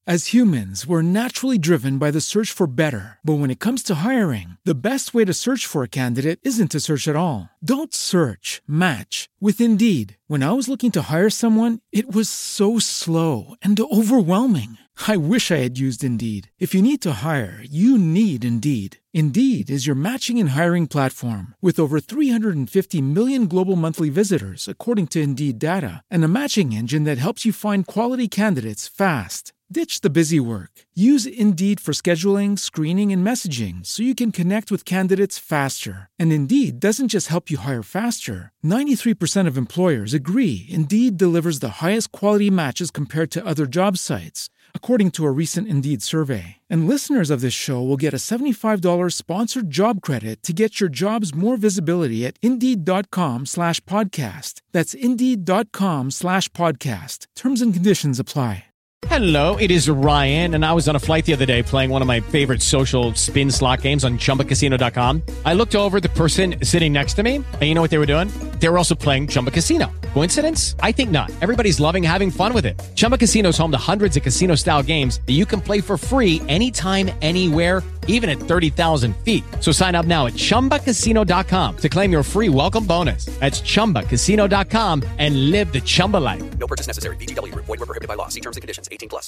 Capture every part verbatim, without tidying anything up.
As humans, we're naturally driven by the search for better. But when it comes to hiring, the best way to search for a candidate isn't to search at all. Don't search, match with Indeed. When I was looking to hire someone, it was so slow and overwhelming. I wish I had used Indeed. If you need to hire, you need Indeed. Indeed is your matching and hiring platform with over three hundred fifty million global monthly visitors, according to Indeed data, and a matching engine that helps you find quality candidates fast. Ditch the busy work. Use Indeed for scheduling, screening, and messaging so you can connect with candidates faster. And Indeed doesn't just help you hire faster. ninety-three percent of employers agree Indeed delivers the highest quality matches compared to other job sites, according to a recent Indeed survey. And listeners of this show will get a seventy-five dollars sponsored job credit to get your jobs more visibility at Indeed.com slash podcast. That's Indeed.com slash podcast. Terms and conditions apply. Hello, it is Ryan, and I was on a flight the other day playing one of my favorite social spin slot games on Chumba Casino dot com. I looked over at the person sitting next to me, and you know what they were doing? They were also playing Chumba Casino. Coincidence? I think not. Everybody's loving having fun with it. Chumba Casino is home to hundreds of casino-style games that you can play for free anytime, anywhere, even at thirty thousand feet. So sign up now at Chumba Casino dot com to claim your free welcome bonus. That's Chumba Casino dot com and live the Chumba life. No purchase necessary. V G W. Void where prohibited by law. See terms and conditions. eighteen plus.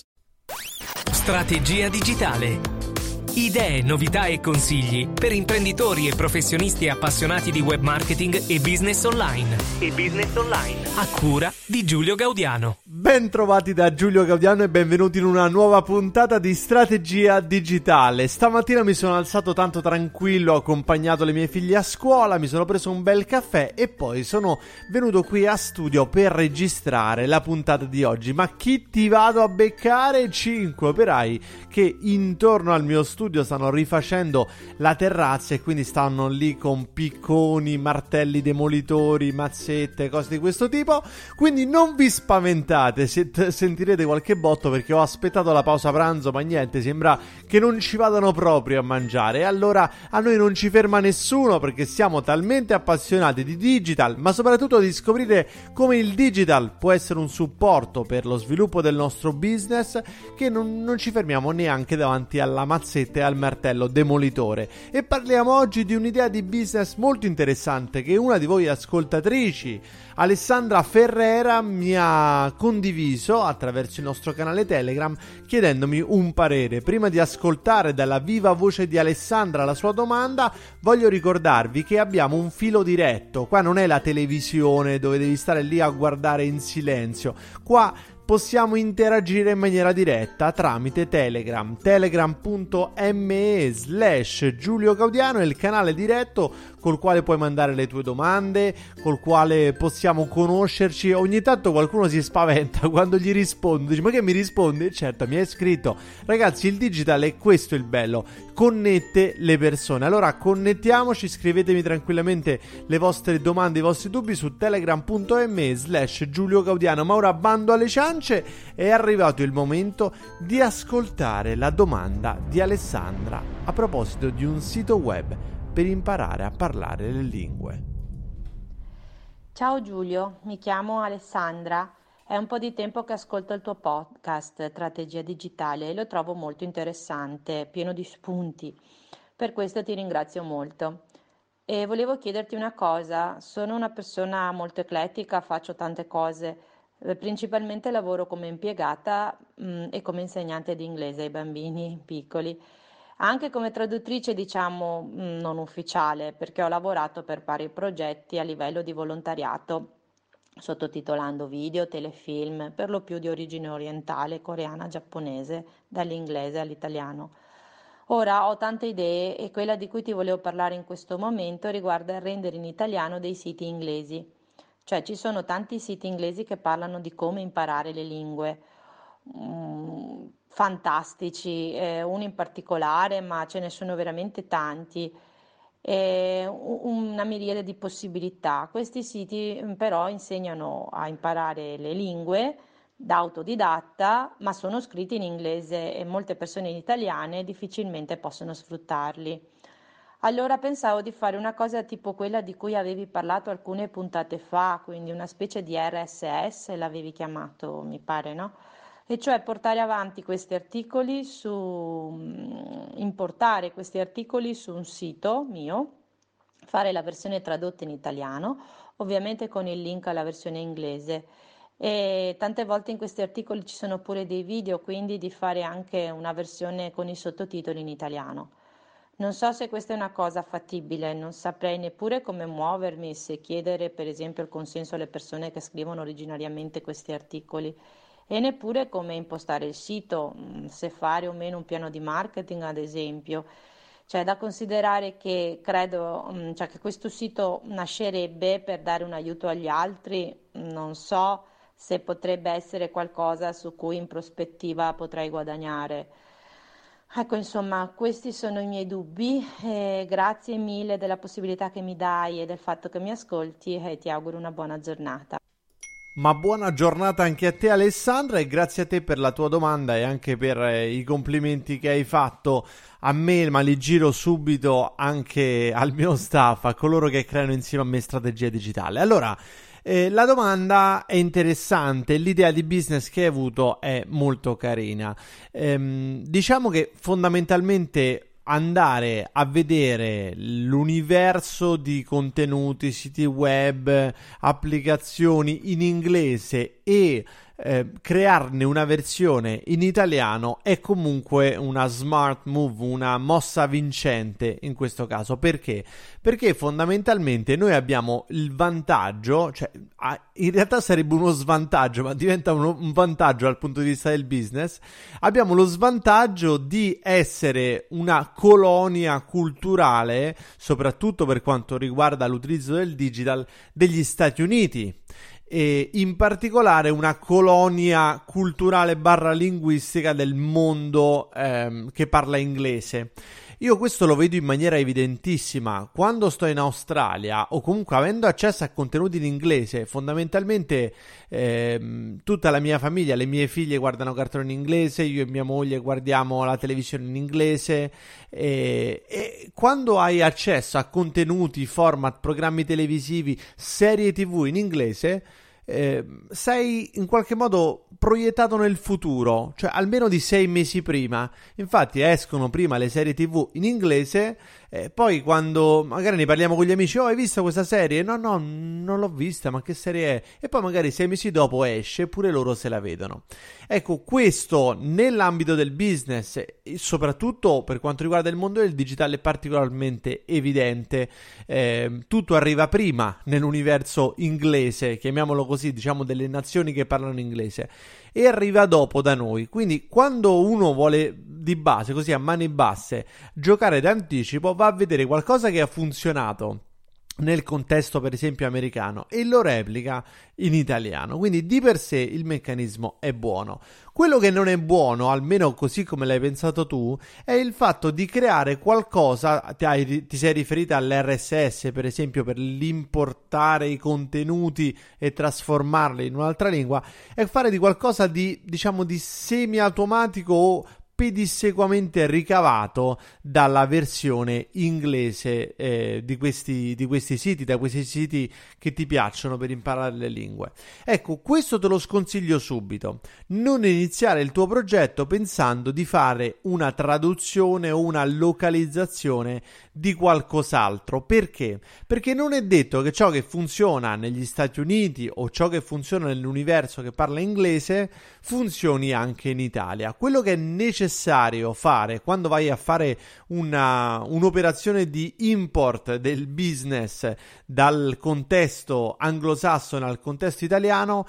Strategia digitale. Idee, novità e consigli per imprenditori e professionisti appassionati di web marketing e business online. E business online. A cura di Giulio Gaudiano. Ben trovati da Giulio Gaudiano e benvenuti in una nuova puntata di Strategia Digitale. Stamattina mi sono alzato tanto tranquillo, ho accompagnato le mie figlie a scuola, mi sono preso un bel caffè e poi sono venuto qui a studio per registrare la puntata di oggi. Ma chi ti vado a beccare? Cinque operai che intorno al mio studio stanno rifacendo la terrazza e quindi stanno lì con picconi, martelli demolitori, mazzette, cose di questo tipo. Quindi non vi spaventate se t- sentirete qualche botto, perché ho aspettato la pausa pranzo, ma niente, sembra che non ci vadano proprio a mangiare. E allora a noi non ci ferma nessuno, perché siamo talmente appassionati di digital, ma soprattutto di scoprire come il digital può essere un supporto per lo sviluppo del nostro business, che non, non ci fermiamo neanche davanti alla mazzetta e al martello demolitore. E parliamo oggi di un'idea di business molto interessante che una di voi ascoltatrici, Alessandra Ferrera, mi ha condiviso attraverso il nostro canale Telegram, chiedendomi un parere. Prima di ascoltare dalla viva voce di Alessandra la sua domanda, voglio ricordarvi che abbiamo un filo diretto. Qua non è la televisione dove devi stare lì a guardare in silenzio. Qua possiamo interagire in maniera diretta tramite Telegram. Telegram.me slash Giulio Gaudiano è il canale diretto col quale puoi mandare le tue domande, col quale possiamo conoscerci. Ogni tanto qualcuno si spaventa quando gli rispondo, dice: ma che mi rispondi? Certo, mi hai scritto. Ragazzi, il digital è questo il bello, connette le persone. Allora connettiamoci, scrivetemi tranquillamente le vostre domande, i vostri dubbi su telegram.me slash Giulio Gaudiano. Ma ora bando alle ciance, è arrivato il momento di ascoltare la domanda di Alessandra a proposito di un sito web per imparare a parlare le lingue. Ciao Giulio, mi chiamo Alessandra. È un po' di tempo che ascolto il tuo podcast Strategia Digitale e lo trovo molto interessante, pieno di spunti. Per questo ti ringrazio molto. E volevo chiederti una cosa: sono una persona molto eclettica, faccio tante cose, eh, principalmente lavoro come impiegata mh, e come insegnante di inglese ai bambini piccoli. Anche come traduttrice, diciamo, mh, non ufficiale, perché ho lavorato per vari progetti a livello di volontariato, sottotitolando video, telefilm, per lo più di origine orientale, coreana, giapponese, dall'inglese all'italiano. Ora ho tante idee e quella di cui ti volevo parlare in questo momento riguarda il rendere in italiano dei siti inglesi. Cioè, ci sono tanti siti inglesi che parlano di come imparare le lingue. Mm, fantastici, eh, uno in particolare, ma ce ne sono veramente tanti, eh, un- una miriade di possibilità. Questi siti mm, però insegnano a imparare le lingue da autodidatta, ma sono scritti in inglese e molte persone italiane difficilmente possono sfruttarli. Allora pensavo di fare una cosa tipo quella di cui avevi parlato alcune puntate fa, quindi una specie di R S S, l'avevi chiamato, mi pare, no? e cioè portare avanti questi articoli su, importare questi articoli su un sito mio, fare la versione tradotta in italiano, ovviamente con il link alla versione inglese. E tante volte in questi articoli ci sono pure dei video, quindi di fare anche una versione con i sottotitoli in italiano. Non so se questa è una cosa fattibile, non saprei neppure come muovermi, se chiedere per esempio il consenso alle persone che scrivono originariamente questi articoli e neppure come impostare il sito, se fare o meno un piano di marketing ad esempio. C'è da considerare che credo, cioè, che questo sito nascerebbe per dare un aiuto agli altri, non so se potrebbe essere qualcosa su cui in prospettiva potrei guadagnare. Ecco, insomma, questi sono i miei dubbi e grazie mille della possibilità che mi dai e del fatto che mi ascolti e ti auguro una buona giornata. Ma buona giornata anche a te Alessandra, e grazie a te per la tua domanda e anche per eh, i complimenti che hai fatto a me, ma li giro subito anche al mio staff, a coloro che creano insieme a me strategia digitale. Allora, Eh, la domanda è interessante, l'idea di business che hai avuto è molto carina. Ehm, diciamo che fondamentalmente andare a vedere l'universo di contenuti, siti web, applicazioni in inglese e eh, crearne una versione in italiano è comunque una smart move, una mossa vincente in questo caso. Perché? Perché fondamentalmente noi abbiamo il vantaggio, cioè in realtà sarebbe uno svantaggio, ma diventa uno, un vantaggio dal punto di vista del business. Abbiamo lo svantaggio di essere una colonia culturale, soprattutto per quanto riguarda l'utilizzo del digital, degli Stati Uniti. E in particolare una colonia culturale barra linguistica del mondo ehm, che parla inglese. Io questo lo vedo in maniera evidentissima quando sto in Australia, o comunque avendo accesso a contenuti in inglese. Fondamentalmente ehm, tutta la mia famiglia, le mie figlie guardano cartoni in inglese, io e mia moglie guardiamo la televisione in inglese, e, e quando hai accesso a contenuti, format, programmi televisivi, serie tv in inglese, eh, sei in qualche modo proiettato nel futuro, cioè almeno di sei mesi prima. Infatti escono prima le serie tv in inglese, eh, poi quando magari ne parliamo con gli amici: oh, hai visto questa serie? No, no, non l'ho vista, ma che serie è? E poi magari sei mesi dopo esce, pure loro se la vedono. Ecco, questo nell'ambito del business e soprattutto per quanto riguarda il mondo del digitale è particolarmente evidente. Eh, tutto arriva prima nell'universo inglese, chiamiamolo così, diciamo delle nazioni che parlano inglese, e arriva dopo da noi. Quindi quando uno vuole di base, così a mani basse, giocare d'anticipo, va a vedere qualcosa che ha funzionato nel contesto per esempio americano e lo replica in italiano. Quindi di per sé il meccanismo è buono. Quello che non è buono, almeno così come l'hai pensato tu, è il fatto di creare qualcosa. Ti, hai, ti sei riferita all'R S S per esempio, per l'importare i contenuti e trasformarli in un'altra lingua, e fare di qualcosa di, diciamo, di semi automatico o pedissequamente ricavato dalla versione inglese eh, di questi, di questi siti, da questi siti che ti piacciono per imparare le lingue. Ecco, questo te lo sconsiglio subito. Non iniziare il tuo progetto pensando di fare una traduzione o una localizzazione di qualcos'altro. Perché? Perché non è detto che ciò che funziona negli Stati Uniti o ciò che funziona nell'universo che parla inglese funzioni anche in Italia. Quello che è necessario fare quando vai a fare una, un'operazione di import del business dal contesto anglosassone al contesto italiano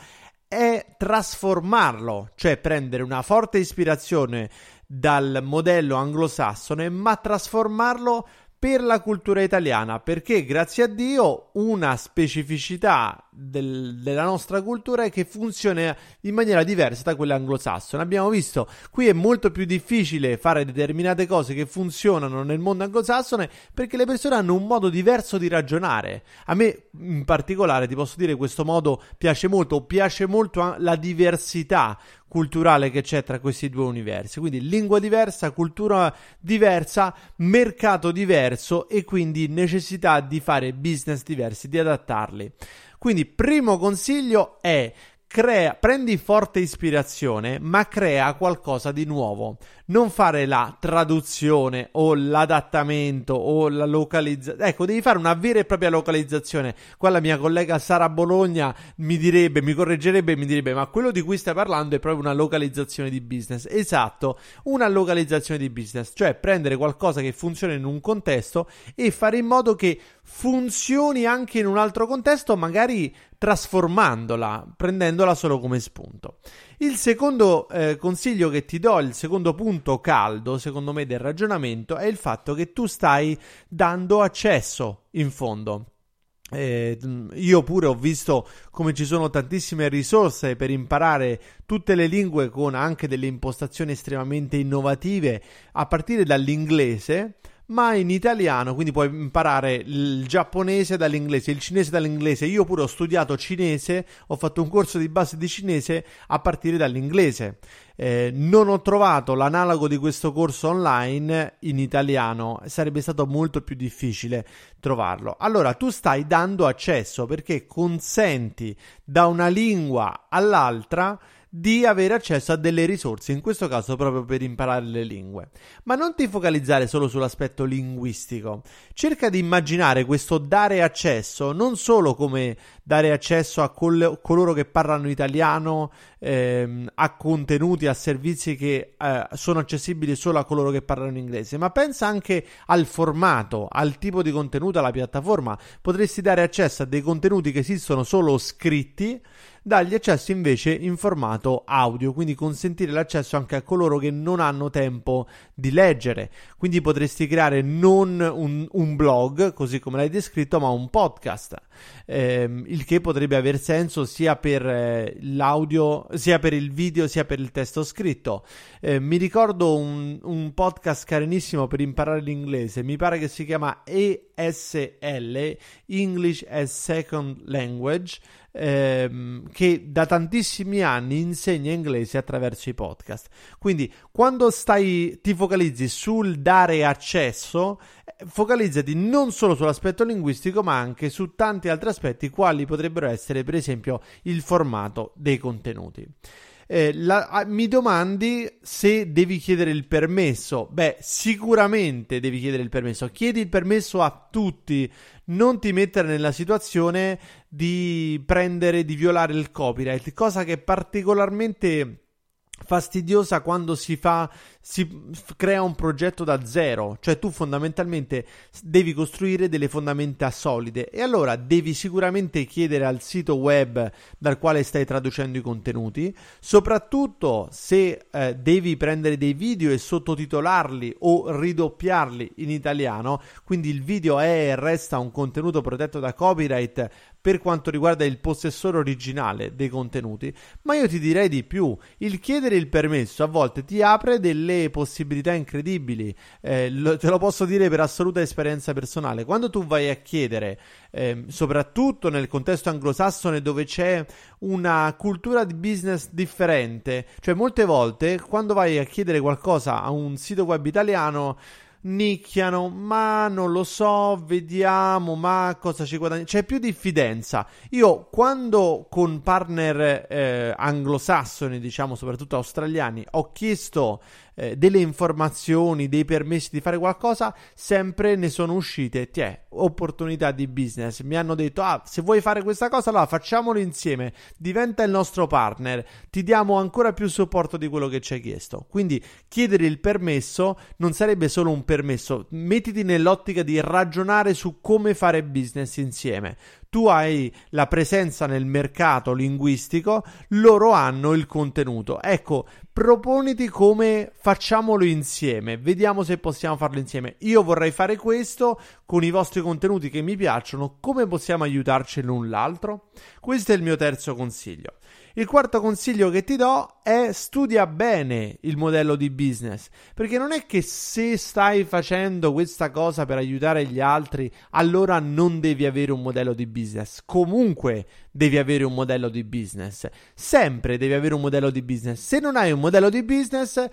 è trasformarlo, cioè prendere una forte ispirazione dal modello anglosassone ma trasformarlo per la cultura italiana, perché grazie a Dio una specificità del, della nostra cultura è che funziona in maniera diversa da quella anglosassone. Abbiamo visto, qui è molto più difficile fare determinate cose che funzionano nel mondo anglosassone perché le persone hanno un modo diverso di ragionare. A me in particolare, ti posso dire, questo modo piace molto, piace molto la diversità culturale che c'è tra questi due universi. Quindi lingua diversa, cultura diversa, mercato diverso e quindi necessità di fare business diversi, di adattarli. Quindi primo consiglio è: crea, prendi forte ispirazione, ma crea qualcosa di nuovo. Non fare la traduzione o l'adattamento o la localizzazione. Ecco, devi fare una vera e propria localizzazione. Qua la mia collega Sara Bologna mi direbbe, mi correggerebbe e mi direbbe: ma quello di cui stai parlando è proprio una localizzazione di business. Esatto, una localizzazione di business, cioè prendere qualcosa che funziona in un contesto e fare in modo che funzioni anche in un altro contesto, magari trasformandola, prendendola solo come spunto. Il secondo eh, consiglio che ti do, il secondo punto caldo, secondo me, del ragionamento è il fatto che tu stai dando accesso, in fondo. Eh, io pure ho visto come ci sono tantissime risorse per imparare tutte le lingue con anche delle impostazioni estremamente innovative, a partire dall'inglese, ma in italiano, quindi puoi imparare il giapponese dall'inglese, il cinese dall'inglese. Io pure ho studiato cinese, ho fatto un corso di base di cinese a partire dall'inglese. Eh, non ho trovato l'analogo di questo corso online in italiano, sarebbe stato molto più difficile trovarlo. Allora, tu stai dando accesso, perché consenti da una lingua all'altra di avere accesso a delle risorse, in questo caso proprio per imparare le lingue. Ma non ti focalizzare solo sull'aspetto linguistico, cerca di immaginare questo dare accesso non solo come dare accesso a col- coloro che parlano italiano ehm, a contenuti, a servizi che eh, sono accessibili solo a coloro che parlano inglese, ma pensa anche al formato, al tipo di contenuto, alla piattaforma. Potresti dare accesso a dei contenuti che esistono solo scritti, dargli accesso invece in formato audio, quindi consentire l'accesso anche a coloro che non hanno tempo di leggere. Quindi potresti creare non un, un blog, così come l'hai descritto, ma un podcast, ehm, il che potrebbe aver senso sia per eh, l'audio, sia per il video, sia per il testo scritto. Eh, mi ricordo un, un podcast carinissimo per imparare l'inglese, mi pare che si chiama E S L, English as Second Language, Ehm, che da tantissimi anni insegna inglese attraverso i podcast. Quindi quando stai ti focalizzi sul dare accesso, focalizzati non solo sull'aspetto linguistico ma anche su tanti altri aspetti, quali potrebbero essere per esempio il formato dei contenuti. Eh, la, mi domandi se devi chiedere il permesso. Beh, sicuramente devi chiedere il permesso. Chiedi il permesso a tutti. Non ti mettere nella situazione di prendere, di violare il copyright, cosa che è particolarmente fastidiosa quando si fa si crea un progetto da zero. Cioè tu fondamentalmente devi costruire delle fondamenta solide, e allora devi sicuramente chiedere al sito web dal quale stai traducendo i contenuti, soprattutto se eh, devi prendere dei video e sottotitolarli o ridoppiarli in italiano, quindi il video è e resta un contenuto protetto da copyright per quanto riguarda il possessore originale dei contenuti. Ma io ti direi di più: il chiedere il permesso a volte ti apre delle possibilità incredibili. Eh, lo, te lo posso dire per assoluta esperienza personale. Quando tu vai a chiedere, eh, soprattutto nel contesto anglosassone dove c'è una cultura di business differente, cioè molte volte quando vai a chiedere qualcosa a un sito web italiano nicchiano, ma non lo so, vediamo, ma cosa ci guadagni, c'è più diffidenza. Io quando con partner eh, anglosassoni, diciamo soprattutto australiani, ho chiesto eh, delle informazioni, dei permessi di fare qualcosa, sempre ne sono uscite tiè, opportunità di business. Mi hanno detto: ah, se vuoi fare questa cosa, allora facciamolo insieme, diventa il nostro partner, ti diamo ancora più supporto di quello che ci hai chiesto. Quindi chiedere il permesso non sarebbe solo un permesso, mettiti nell'ottica di ragionare su come fare business insieme. Tu hai la presenza nel mercato linguistico, loro hanno il contenuto. Ecco, proponiti come facciamolo insieme, vediamo se possiamo farlo insieme. Io vorrei fare questo con i vostri contenuti che mi piacciono, come possiamo aiutarci l'un l'altro? Questo è il mio terzo consiglio. Il quarto consiglio che ti do è: studia bene il modello di business, perché non è che se stai facendo questa cosa per aiutare gli altri allora non devi avere un modello di business. Comunque devi avere un modello di business, sempre devi avere un modello di business. Se non hai un modello di business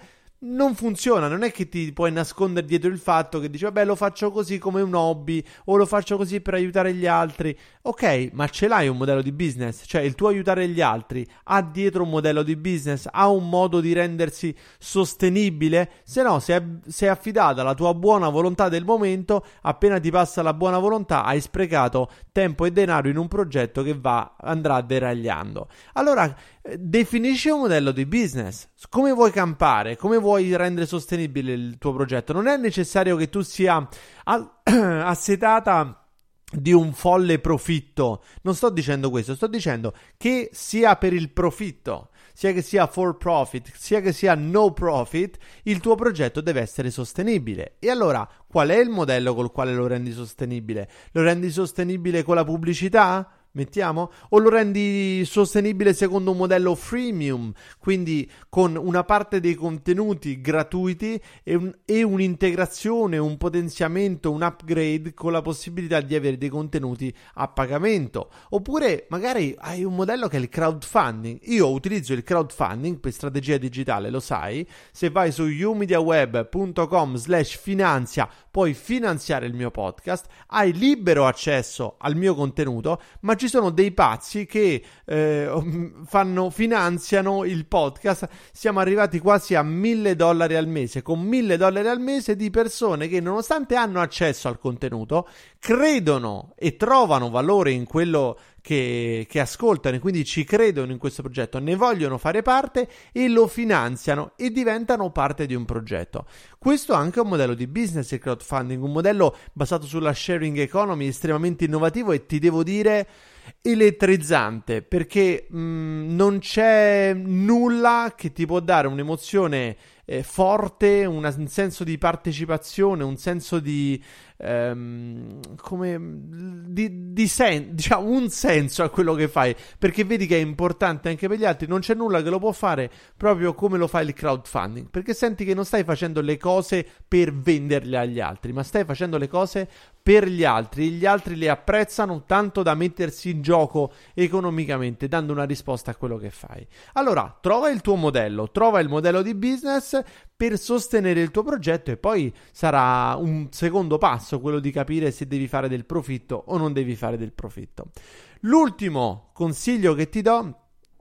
non funziona, non è che ti puoi nascondere dietro il fatto che dici vabbè lo faccio così come un hobby o lo faccio così per aiutare gli altri. Ok, ma ce l'hai un modello di business? Cioè il tuo aiutare gli altri ha dietro un modello di business? Ha un modo di rendersi sostenibile? Se no, se è, se è affidata alla tua buona volontà del momento, appena ti passa la buona volontà hai sprecato tempo e denaro in un progetto che va andrà deragliando. Allora definisci un modello di business. Come vuoi campare? Come vuoi rendere sostenibile il tuo progetto? Non è necessario che tu sia assetata di un folle profitto. Non sto dicendo questo, sto dicendo che sia per il profitto, sia che sia for profit, sia che sia no profit, il tuo progetto deve essere sostenibile. E allora, qual è il modello col quale lo rendi sostenibile? Lo rendi sostenibile con la pubblicità? Mettiamo? O lo rendi sostenibile secondo un modello freemium, quindi con una parte dei contenuti gratuiti e, un, e un'integrazione, un potenziamento, un upgrade con la possibilità di avere dei contenuti a pagamento. Oppure magari hai un modello che è il crowdfunding. Io utilizzo il crowdfunding per strategia digitale, lo sai. Se vai su umediaweb punto com slash finanzia puoi finanziare il mio podcast, hai libero accesso al mio contenuto, ma ci sono dei pazzi che eh, fanno, finanziano il podcast. Siamo arrivati quasi a mille dollari al mese, con mille dollari al mese di persone che, nonostante hanno accesso al contenuto, credono e trovano valore in quello che, che ascoltano e quindi ci credono in questo progetto, ne vogliono fare parte e lo finanziano e diventano parte di un progetto. Questo è anche un modello di business, il crowdfunding, un modello basato sulla sharing economy estremamente innovativo e ti devo dire elettrizzante, perché mh, non c'è nulla che ti può dare un'emozione eh, forte, una, un senso di partecipazione, un senso di ehm, come di, di sen- diciamo un senso a quello che fai, perché vedi che è importante anche per gli altri. Non c'è nulla che lo può fare proprio come lo fa il crowdfunding, perché senti che non stai facendo le cose per venderle agli altri, ma stai facendo le cose per gli altri, gli altri le apprezzano tanto da mettersi in gioco economicamente, dando una risposta a quello che fai. Allora, trova il tuo modello, trova il modello di business per sostenere il tuo progetto e poi sarà un secondo passo quello di capire se devi fare del profitto o non devi fare del profitto. L'ultimo consiglio che ti do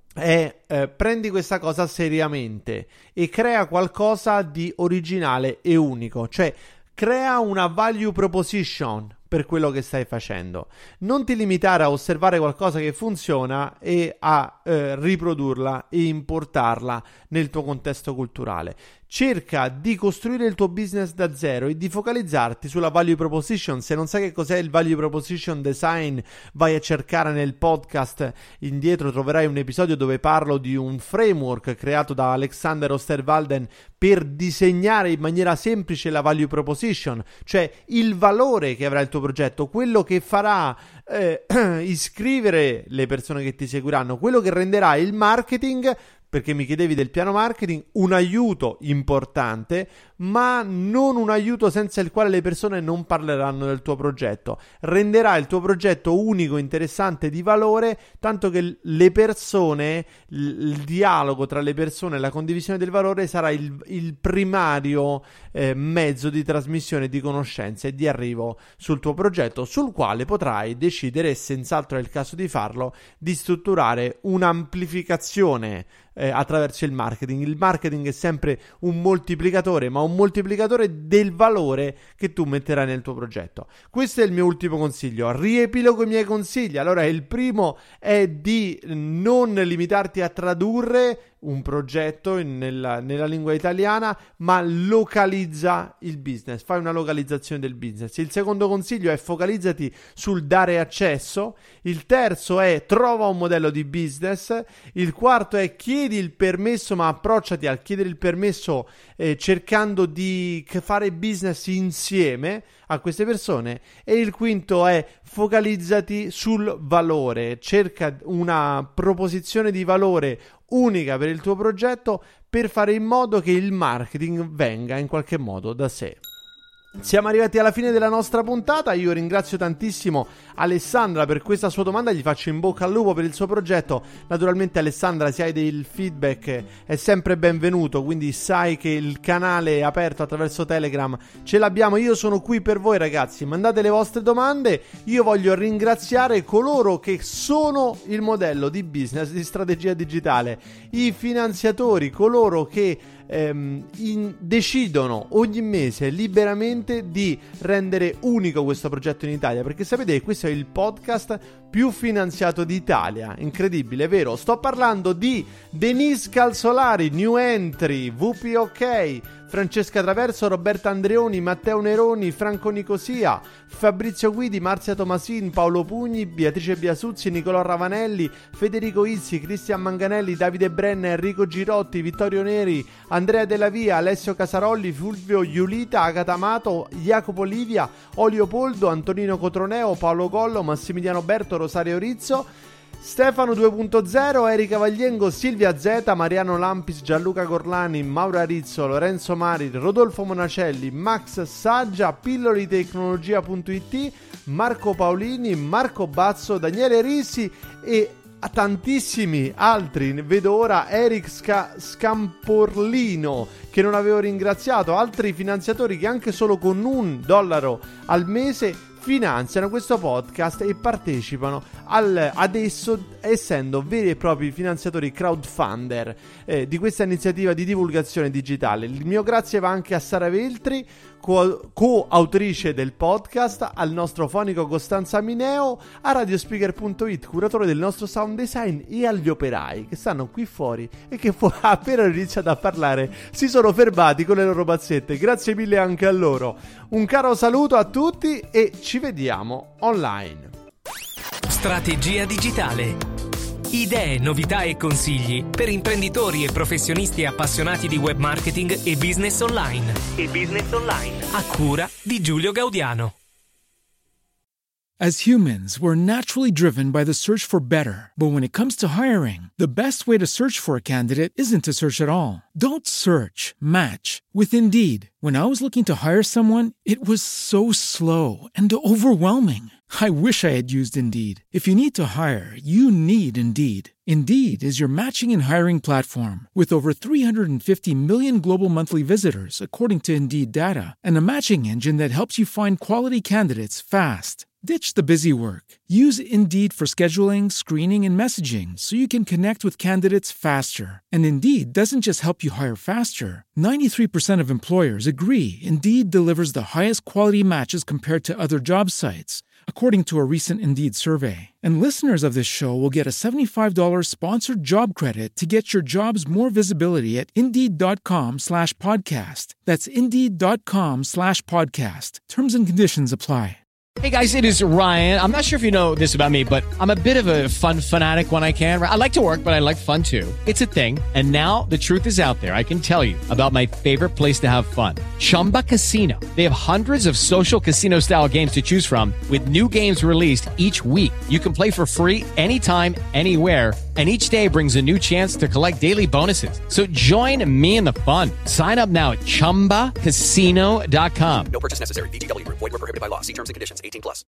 è eh, prendi questa cosa seriamente e crea qualcosa di originale e unico, cioè crea una value proposition per quello che stai facendo. Non ti limitare a osservare qualcosa che funziona e a eh, riprodurla e importarla nel tuo contesto culturale. Cerca di costruire il tuo business da zero e di focalizzarti sulla value proposition. Se non sai che cos'è il value proposition design, vai a cercare nel podcast. Indietro troverai un episodio dove parlo di un framework creato da Alexander Osterwalden per disegnare in maniera semplice la value proposition, cioè il valore che avrà il tuo progetto, quello che farà eh, iscrivere le persone che ti seguiranno, quello che renderà il marketing, perché mi chiedevi del piano marketing, un aiuto importante, ma non un aiuto senza il quale le persone non parleranno del tuo progetto. Renderà il tuo progetto unico, interessante, di valore, tanto che le persone, il dialogo tra le persone, la condivisione del valore sarà il, il primario eh, mezzo di trasmissione di conoscenze e di arrivo sul tuo progetto, sul quale potrai decidere, e senz'altro è il caso di farlo, di strutturare un'amplificazione Eh, attraverso il marketing. Il marketing è sempre un moltiplicatore, ma un moltiplicatore del valore che tu metterai nel tuo progetto. Questo è il mio ultimo consiglio. Riepilogo i miei consigli. Allora, il primo è di non limitarti a tradurre un progetto in, nella, nella lingua italiana, ma localizza il business, fai una localizzazione del business. Il secondo consiglio è focalizzati sul dare accesso. Il terzo è trova un modello di business. Il quarto è chiedi il permesso, ma approcciati al chiedere il permesso eh, cercando di fare business insieme a queste persone. E il quinto è focalizzati sul valore, cerca una proposizione di valore unica per il tuo progetto per fare in modo che il marketing venga in qualche modo da sé. Siamo arrivati alla fine della nostra puntata. Io ringrazio tantissimo Alessandra per questa sua domanda, gli faccio in bocca al lupo per il suo progetto. Naturalmente Alessandra, se hai del feedback è sempre benvenuto, quindi sai che il canale è aperto attraverso Telegram, ce l'abbiamo, io sono qui per voi ragazzi, mandate le vostre domande. Io voglio ringraziare coloro che sono il modello di business di strategia digitale, i finanziatori, coloro che Ehm, in, decidono ogni mese liberamente di rendere unico questo progetto in Italia, perché sapete che questo è il podcast più finanziato d'Italia. Incredibile, vero? Sto parlando di Denise Calzolari, New Entry, V P O K, Francesca Traverso, Roberta Andreoni, Matteo Neroni, Franco Nicosia, Fabrizio Guidi, Marzia Tomasin, Paolo Pugni, Beatrice Biasuzzi, Nicolò Ravanelli, Federico Izzi, Cristian Manganelli, Davide Brenna, Enrico Girotti, Vittorio Neri, Andrea Della Via, Alessio Casarolli, Fulvio Iulita, Agata Amato, Jacopo Livia, Olio Poldo, Antonino Cotroneo, Paolo Gollo, Massimiliano Berto, Rosario Rizzo, Stefano due punto zero, Erika Vagliengo, Silvia Zeta, Mariano Lampis, Gianluca Gorlani, Maura Rizzo, Lorenzo Mari, Rodolfo Monacelli, Max Saggia, Pilloli Tecnologia punto it, Marco Paolini, Marco Bazzo, Daniele Risi e a tantissimi altri. Vedo ora Eric Sca- Scamporlino, che non avevo ringraziato, altri finanziatori che anche solo con un dollaro al mese finanziano questo podcast e partecipano al, adesso essendo veri e propri finanziatori crowdfunder eh, di questa iniziativa di divulgazione digitale. Il mio grazie va anche a Sara Veltri, co- co-autrice del podcast, al nostro fonico Costanza Mineo, a radiospeaker punto it, curatore del nostro sound design, e agli operai che stanno qui fuori e che fu- appena ho iniziato a parlare si sono fermati con le loro pazzette. Grazie mille anche a loro. Un caro saluto a tutti e ci vediamo online. Strategia digitale. Idee, novità e consigli per imprenditori e professionisti appassionati di web marketing e business online. E business online. A cura di Giulio Gaudiano. As humans, we're naturally driven by the search for better. But when it comes to hiring, the best way to search for a candidate isn't to search at all. Don't search, match with Indeed. When I was looking to hire someone, it was so slow and overwhelming. I wish I had used Indeed. If you need to hire, you need Indeed. Indeed is your matching and hiring platform with over three hundred fifty million global monthly visitors, according to Indeed data, and a matching engine that helps you find quality candidates fast. Ditch the busy work. Use Indeed for scheduling, screening, and messaging so you can connect with candidates faster. And Indeed doesn't just help you hire faster. ninety-three percent of employers agree Indeed delivers the highest quality matches compared to other job sites, according to a recent Indeed survey. And listeners of this show will get a seventy-five dollars sponsored job credit to get your jobs more visibility at Indeed.com slash podcast. That's Indeed.com slash podcast. Terms and conditions apply. Hey guys, it is Ryan. I'm not sure if you know this about me, but I'm a bit of a fun fanatic when I can. I like to work, but I like fun too. It's a thing. And now the truth is out there. I can tell you about my favorite place to have fun. Chumba Casino. They have hundreds of social casino style games to choose from with new games released each week. You can play for free anytime, anywhere. And each day brings a new chance to collect daily bonuses. So join me in the fun. Sign up now at chumba casino dot com. No purchase necessary. V G W Group. Void where prohibited by law. See terms and conditions. eighteen plus.